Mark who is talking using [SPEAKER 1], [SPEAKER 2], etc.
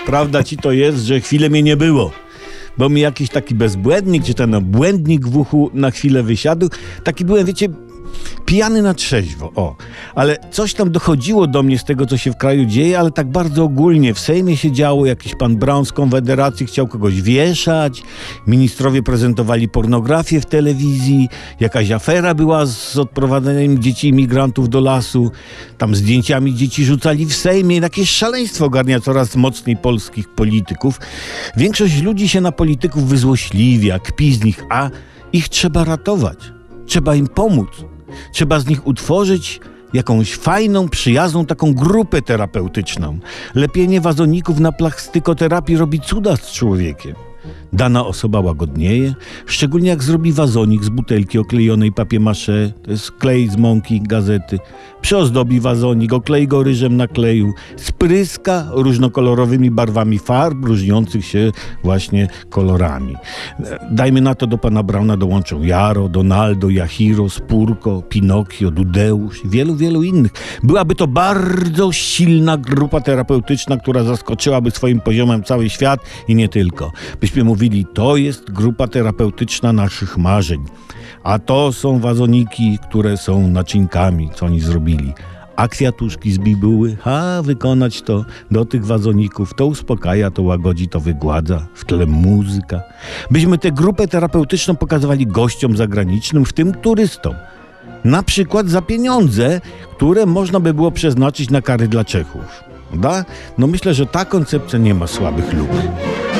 [SPEAKER 1] prawda ci to jest, że chwilę mnie nie było. Bo mi jakiś taki bezbłędnik, czy ten błędnik w uchu na chwilę wysiadł. Taki byłem, wiecie, pijany na trzeźwo, o. Ale coś tam dochodziło do mnie z tego, co się w kraju dzieje, ale tak bardzo ogólnie. W Sejmie się działo, jakiś pan Braun z Konfederacji chciał kogoś wieszać, ministrowie prezentowali pornografię w telewizji, jakaś afera była z odprowadzeniem dzieci imigrantów do lasu, tam zdjęciami dzieci rzucali w Sejmie. Jakieś szaleństwo ogarnia coraz mocniej polskich polityków. Większość ludzi się na polityków wyzłośliwia, kpi z nich, a ich trzeba ratować. Trzeba im pomóc. Trzeba z nich utworzyć jakąś fajną, przyjazną taką grupę terapeutyczną. Lepienie wazoników na plastykoterapii robi cuda z człowiekiem. Dana osoba łagodnieje, szczególnie jak zrobi wazonik z butelki oklejonej papier-mâché, to jest klej z mąki, gazety, przyozdobi wazonik, oklei go ryżem na kleju, spryska różnokolorowymi barwami farb, różniących się właśnie kolorami. Dajmy na to, do pana Brauna dołączą Jaro, Donaldo, Jahiro, Spurko, Pinokio, Dudeusz i wielu innych. Byłaby to bardzo silna grupa terapeutyczna, która zaskoczyłaby swoim poziomem cały świat i nie tylko. Byśmy mówili, to jest grupa terapeutyczna naszych marzeń, a to są wazoniki, które są naczynkami, co oni zrobili. A kwiatuszki z bibuły, wykonać to do tych wazoników, to uspokaja, to łagodzi, to wygładza, w tle muzyka. Byśmy tę grupę terapeutyczną pokazywali gościom zagranicznym, w tym turystom. Na przykład za pieniądze, które można by było przeznaczyć na kary dla Czechów. Da? No myślę, że ta koncepcja nie ma słabych luk.